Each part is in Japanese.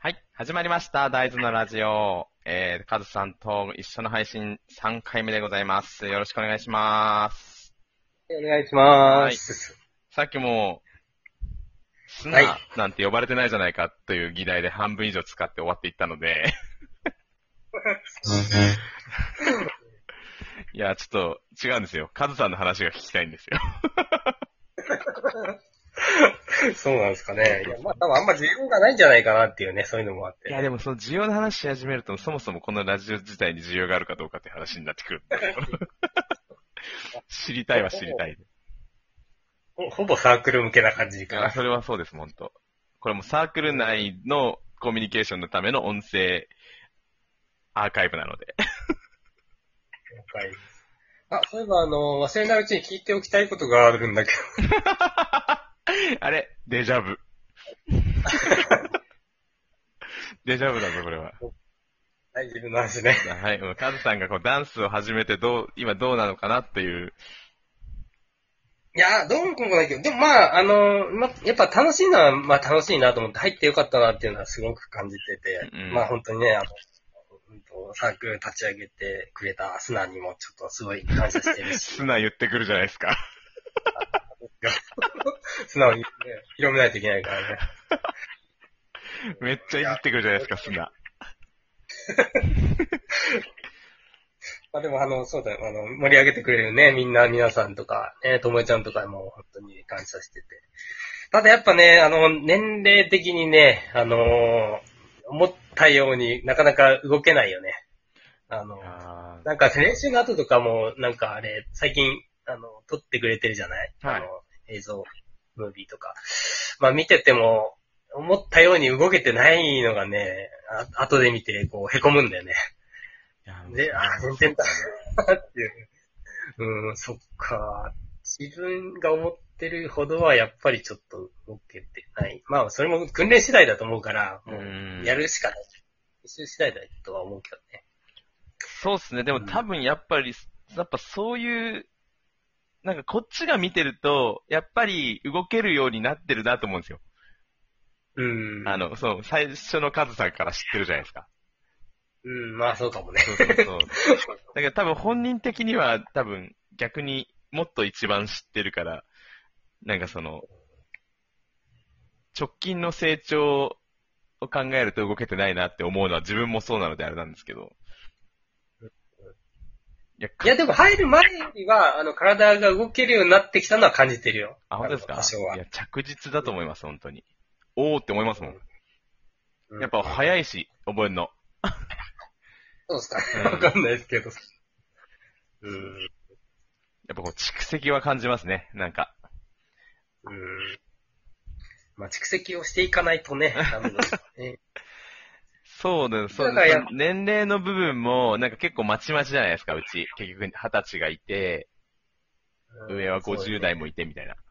はい、始まりました。大豆のラジオ。カズさんと一緒の配信3回目でございます。よろしくお願いします。 お願いしはーい。 ます。 さっきもスはい。 ナなんて呼ばれてないじゃないかという議題で半分以上使って終わっていったので、いや、ちょっと違うんですよ。カズさんの話が聞きたいんですよ。 そうなんですかね。いや、 そうそうそう。 まあ多分あんま需要がないんじゃないかなっていうね、そういうのもあっていや、でね。 もその需要の話し始めると、そもそもこのラジオ自体に需要があるかどうかって話になってくるんで、知りたいはほぼ、 知りたいで。 ほぼサークル向けな感じかあ、 な。 それはそうです、本当。これもサークル内のコミュニケーションのための音声アーカイブなので。 了解です。あ、そういえば忘れないうちに聞いておきたいことがあるんだけあれデジャブ。デジャブだぞ、これは。 ど、大丈夫なんですね。 はい。カズさんがこうダンスを始めて今どうなのかなっていう。 いや、どうもこうもないけど、でもまあ、やっぱ楽しいのは、まあ楽しいなと思って入ってよかったなっていうのはすごく感じてて、 うん。 まあ本当にね、サークル立ち上げてくれたスナにもちょっとすごい感謝してるし、 素直言ってくるじゃないですか。 素直に、ね、広めないといけないからね。 めっちゃいや、 いじってくるじゃないですか、素直。 まあでもそうだよ、盛り上げてくれるね、皆さんとか、ともえちゃんとかも本当に感謝してて。ただやっぱね、年齢的にね、思ったようになかなか動けないよね。あの、 あなんか練習の後とかも、なんかあれ、最近、撮ってくれてるじゃない？ はい。 映像、ムービーとか。まあ見てても、思ったように動けてないのがね、後で見て、こう、凹むんだよね。 いや、もうで、 それは全然だそうですね。 なっていう。うん、そっか。自分が思ってるほどはやっぱりちょっと動けてない。まあ、それも訓練次第だと思うから、 うもーん。 う、やるしかない。練習次第だとは思うけどね。 そうですね。でも多分やっぱそういう、なんかこっちが見てると、やっぱり動けるようになってるなと思うんですよ。 うん。 そう、最初のカズさんから知ってるじゃないですか。 うん、まあそうかもね。 そうそうそう。だから多分本人的には多分逆にもっと一番知ってるから、なんかその、直近の成長を考えると動けてないなって思うのは自分もそうなのであれなんですけど。いや、 いや、でも入る前よりは、体が動けるようになってきたのは感じてるよ。 本当ですか？ 多少は。 いや、着実だと思います、本当に。おーって思いますもん。 うん。うん。 やっぱ早いし、覚えるの。 そうですかうね。わかん。 んないですけど。うそう。 ん。 やっぱこう蓄積は感じますね、なんか。 うん。まあ、蓄積をしていかないとね、ダメだね。 そうです、そうです。 だからや、 年齢の部分も、なんか結構まちまちじゃないですか、うち。結局20歳がいて、上はうん、そうよ 50 ね。 代もいてみたいな。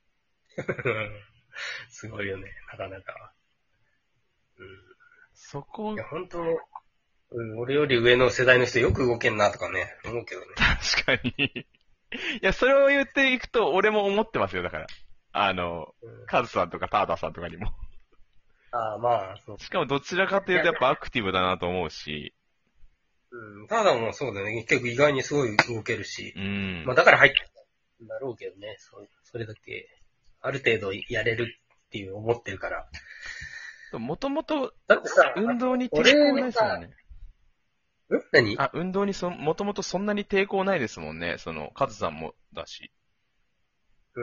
すごいよね、なかなか。うん。いそこ、 や、本当、うん、俺より上の世代の人よく動けんなとかね、思うけどね。 確かに。いや、それを言っていくと、俺も思ってますよ、だから。 うん、 カズさんとかターダさんとかにも。 ああ、まあ、そう。 しかもどちらかといや、 いうとやっぱアクティブだなと思うし。 うん、ただもうそうだね。結構意外にすごい動けるし。 うん。 まあ、だから入ったんだろうけどね。それだけ、ある程度やれるっていう思ってるから。 もともとだってさ、 運動に抵抗ない俺のさ、 ですもんね。 何？ あ、運動にもともとそんなに抵抗ないですもんね。カズさんもだし。 うん、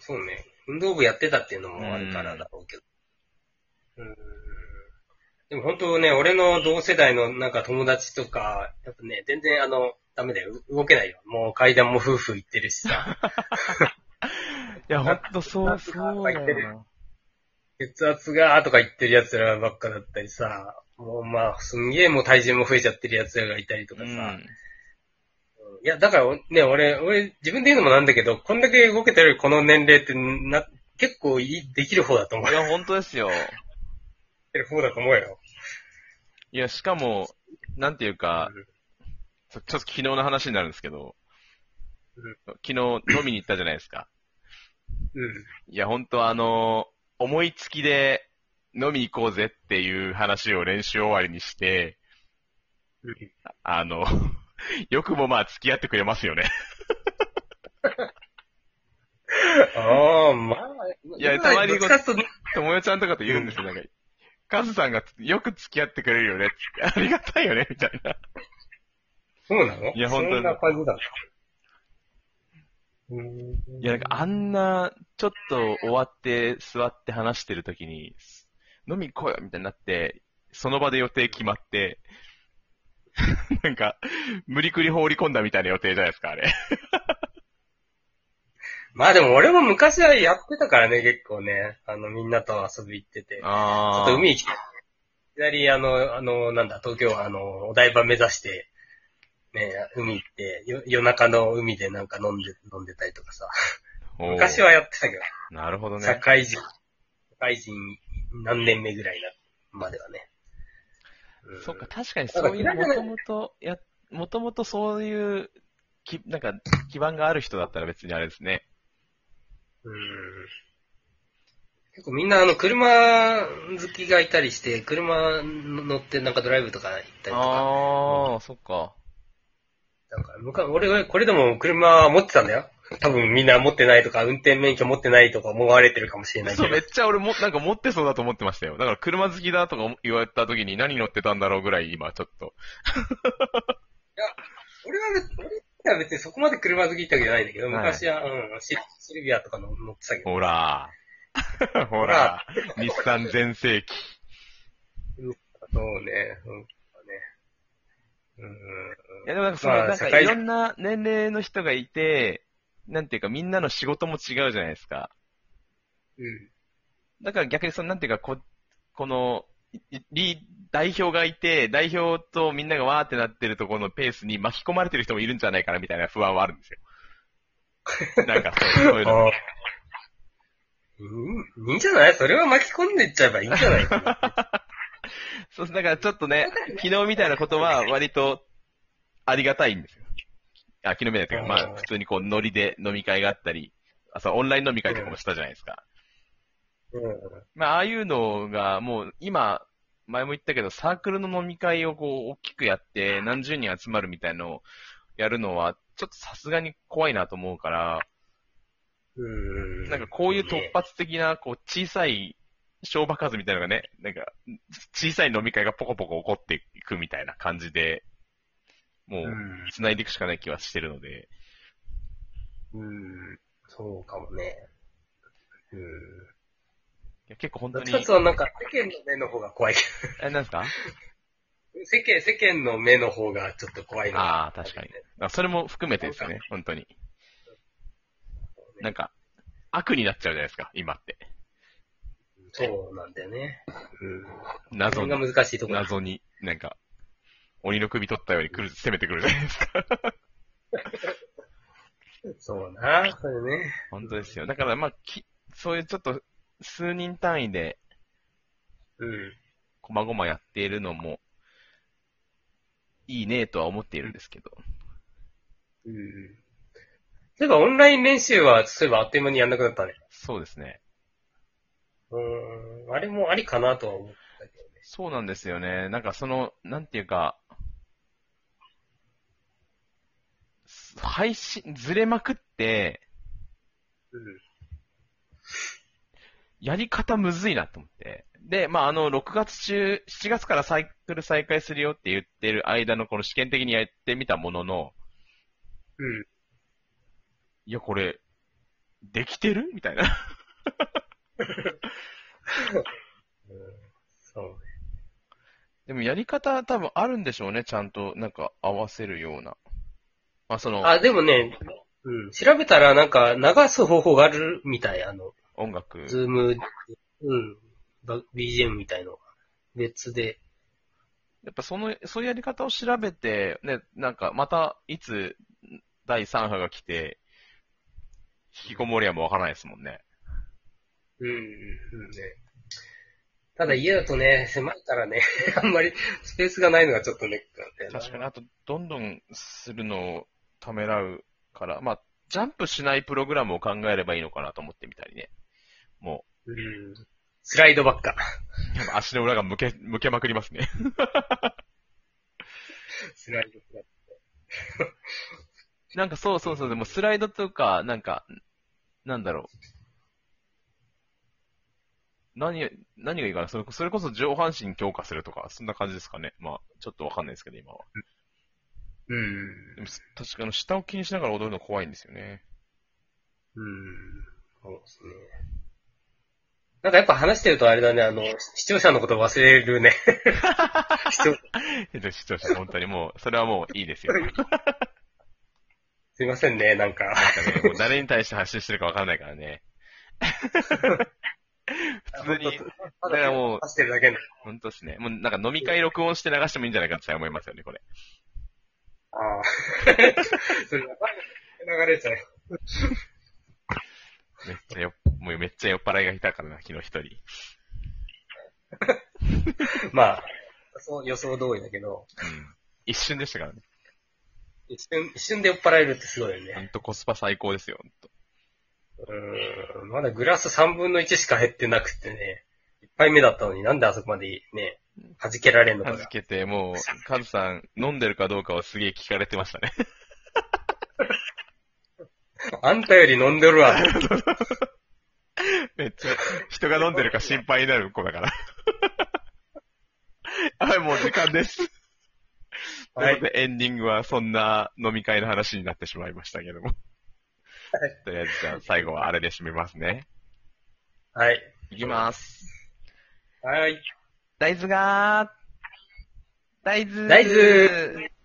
そうね。運動部やってたっていうのうもあるからん。 だろうけど。うん。でも本当ね、俺の同世代のなんか友達とか、やっぱね、全然ダメだよ。動けないよ。もう階段も夫婦行ってるしさ。 いや、ほんと血圧がとそうだか言ってる。 よな。 血圧がとか言ってる奴らばっかだったりさ。もうまあ、すんげえもう体重も増えちゃってる奴らがいたりとかさ。 うん。 いや、だからね、俺、自分で言うのもなんだけど、こんだけ動けてるこの年齢って結構できる方だと思う。 いや、ほんとですよ。 できる方だと思うよ。 いや、しかも、なんていうか、 うん。 ちょっと昨日の話になるんですけど、 うん。 昨日飲みに行ったじゃないですか。 うん。 いや、ほんと思いつきで、 飲み行こうぜっていう話を練習終わりにして、 うん。 あの、よくもまあ付き合ってくれますよね。 ああ、まあ、 いや、た今はまにどっちかっていうと、 ともよちゃんとかと言うんですよ。なんか、カズさんがよく付き合ってくれるよねって。ありがたいよねみたいな。 そうなのいや、 そん本当に。 な感じだ。 いや、なんかあんな、ちょっと終わって座って話してる時に、飲み行こうよみたいになって、その場で予定決まって、なんか、無理くり放り込んだみたいな予定じゃないですか、あれ。 まあでも俺も昔はやってたからね、結構ね。みんなと遊び行ってて。ちょっとあ海行きたい。いきなりなんだ、東京、お台場目指して、ね、海行って、夜中の海でなんか飲んでたりとかさ。 ー、おー、 昔はやってたけど、社なるほどね。 会人、何年目ぐらいまではね。 そっか、確かになんかそういう、もともと、もともとそういう、なんか、基盤がある人だったら別にあれですね。 うん。結構みんな車好きがいたりして、車乗ってなんかドライブとか行ったりとか。 ああ、そっか。 なんか俺、これでも車持ってたんだよ。多分みんな持ってないとか、運転免許持ってないとか思われてるかもしれないけそう、 ど。 めっちゃ俺も、なんか持ってそうだと思ってましたよ。だから車好きだとか言われた時に何乗ってたんだろうぐらい今ちょっと。 いや、俺は別にそこまで車好きってわけじゃないんだけど、 はい。 昔は、シルビアとか乗ってたけど。 ほら、ほほら、 ら、日産全盛期。 そうね、うん、 いやでもなんかその、 まあ、 なんかいろんな年齢の人がいて、なんていうかみんなの仕事も違うじゃないですか。 うん。 だから逆にその、なんていうかこの、代表がいて、代表とみんながわーってなってるところのペースに巻き込まれてる人もいるんじゃないかなみたいな不安はあるんですよ。なんかそういうの。 ああ、いいんじゃないそれは巻き込んでいっちゃえばいいんじゃないかな。 そう、だからちょっとね、昨日みたいなことは割とありがたいんですよ。あ、昨日みたいなというか、まあ普通にこうノリで飲み会があったり、オンライン飲み会とかもしたじゃないですか。 うん。 まあああいうのがもう今、前も言ったけどサークルの飲み会をこう大きくやって何十人集まるみたいのをやるのはちょっとさすがに怖いなと思うから、なんかこういう突発的なこう小さい小爆発みたいなのがね、なんか小さい飲み会がポコポコ起こっていくみたいな感じで、もう繋いでいくしかない気はしてるので、 そうかもね。 いや結構本当に、 どっちかというとなんか世間の目の方が怖い。 なんですか？ 世間の目の方がちょっと怖いのが。 ああ、確かに。それも含めてですよね、本当に。なんか、悪になっちゃうじゃないですか、今って。 そうなんだよね。 謎に。 それが難しいところ。 謎に、なんか、鬼の首取ったように攻めてくるじゃないですか。 そうな、それね。 本当ですよ。だからまあ、そういうちょっと数人単位で、こまごまやっているのも、いいねとは思っているんですけど。 例えばオンライン練習は、そういえばあっという間にやんなくなったね。 そうですね。 あれもありかなとは思ったけどね。 そうなんですよね。なんかなんていうか、配信、ずれまくって、やり方むずいなと思って。で、まあ、6月中、7月からサイクル再開するよって言ってる間のこの試験的にやってみたものの、いや、これ、できてるみたいな。 そうね。 でもやり方多分あるんでしょうね、ちゃんと、なんか合わせるような。まあ、 でもね、調べたらなんか流す方法があるみたい、 音楽。 ズーム、BGM みたいのが別で。 やっぱそういうやり方を調べて、ね、なんかまたいつ第3波が来て、引きこもりはもうわからないですもんね。 ね。ただ家だとね、狭いからね、あんまりスペースがないのがちょっとネックなんだよな。 確かに、あと、どんどんするのをためらうから、まあ、ジャンプしないプログラムを考えればいいのかなと思ってみたりね。もスライドばっか。 やっぱ足の裏が向けまくりますね。 スライド。 なんかそうそうそう、でもスライドとか、なんか、なんだろう。何がいいかなそれこそ上半身強化するとか、そんな感じですかね。まあ、ちょっとわかんないですけど、今は。 うん。 でも、確かに下を気にしながら踊るの怖いんですよね。 うん。そうですね。なんかやっぱ話してるとあれだね、視聴者のこと忘れるね。視聴視聴者、本当にもう、それはもういいですよ。 すいませんね、なんか。 なんかね、もう誰に対して発信してるかわかんないからね。普通に、だからもう、 話してるだけね。 本当ですね。もうなんか飲み会録音して流してもいいんじゃないかって思いますよね、これ。 ああ。それやばいね。流れちゃう。 もうめっちゃ酔っ払いがいたからな、昨日一人。 まあ、そう予想通りだけど、 うん。一瞬でしたからね。 一瞬で酔っ払えるってすごいよほんね。 とコスパ最高ですよ、ほんと。 まだグラス3分の1しか減ってなくてね、1杯目だったのになんであそこまでね、弾けられんのか弾が。 けて、もう、カズさん、飲んでるかどうかをすげえ聞かれてましたね。 あんたより飲んでるわ。 めっちゃ、人が飲んでるか心配になる子だから。はい、もう時間です。とはい。 いうことで、エンディングはそんな飲み会の話になってしまいましたけども。とりあえず、じゃあ最後はあれで締めますね。 はい。 いきます。 はい。 大豆がー、大豆大豆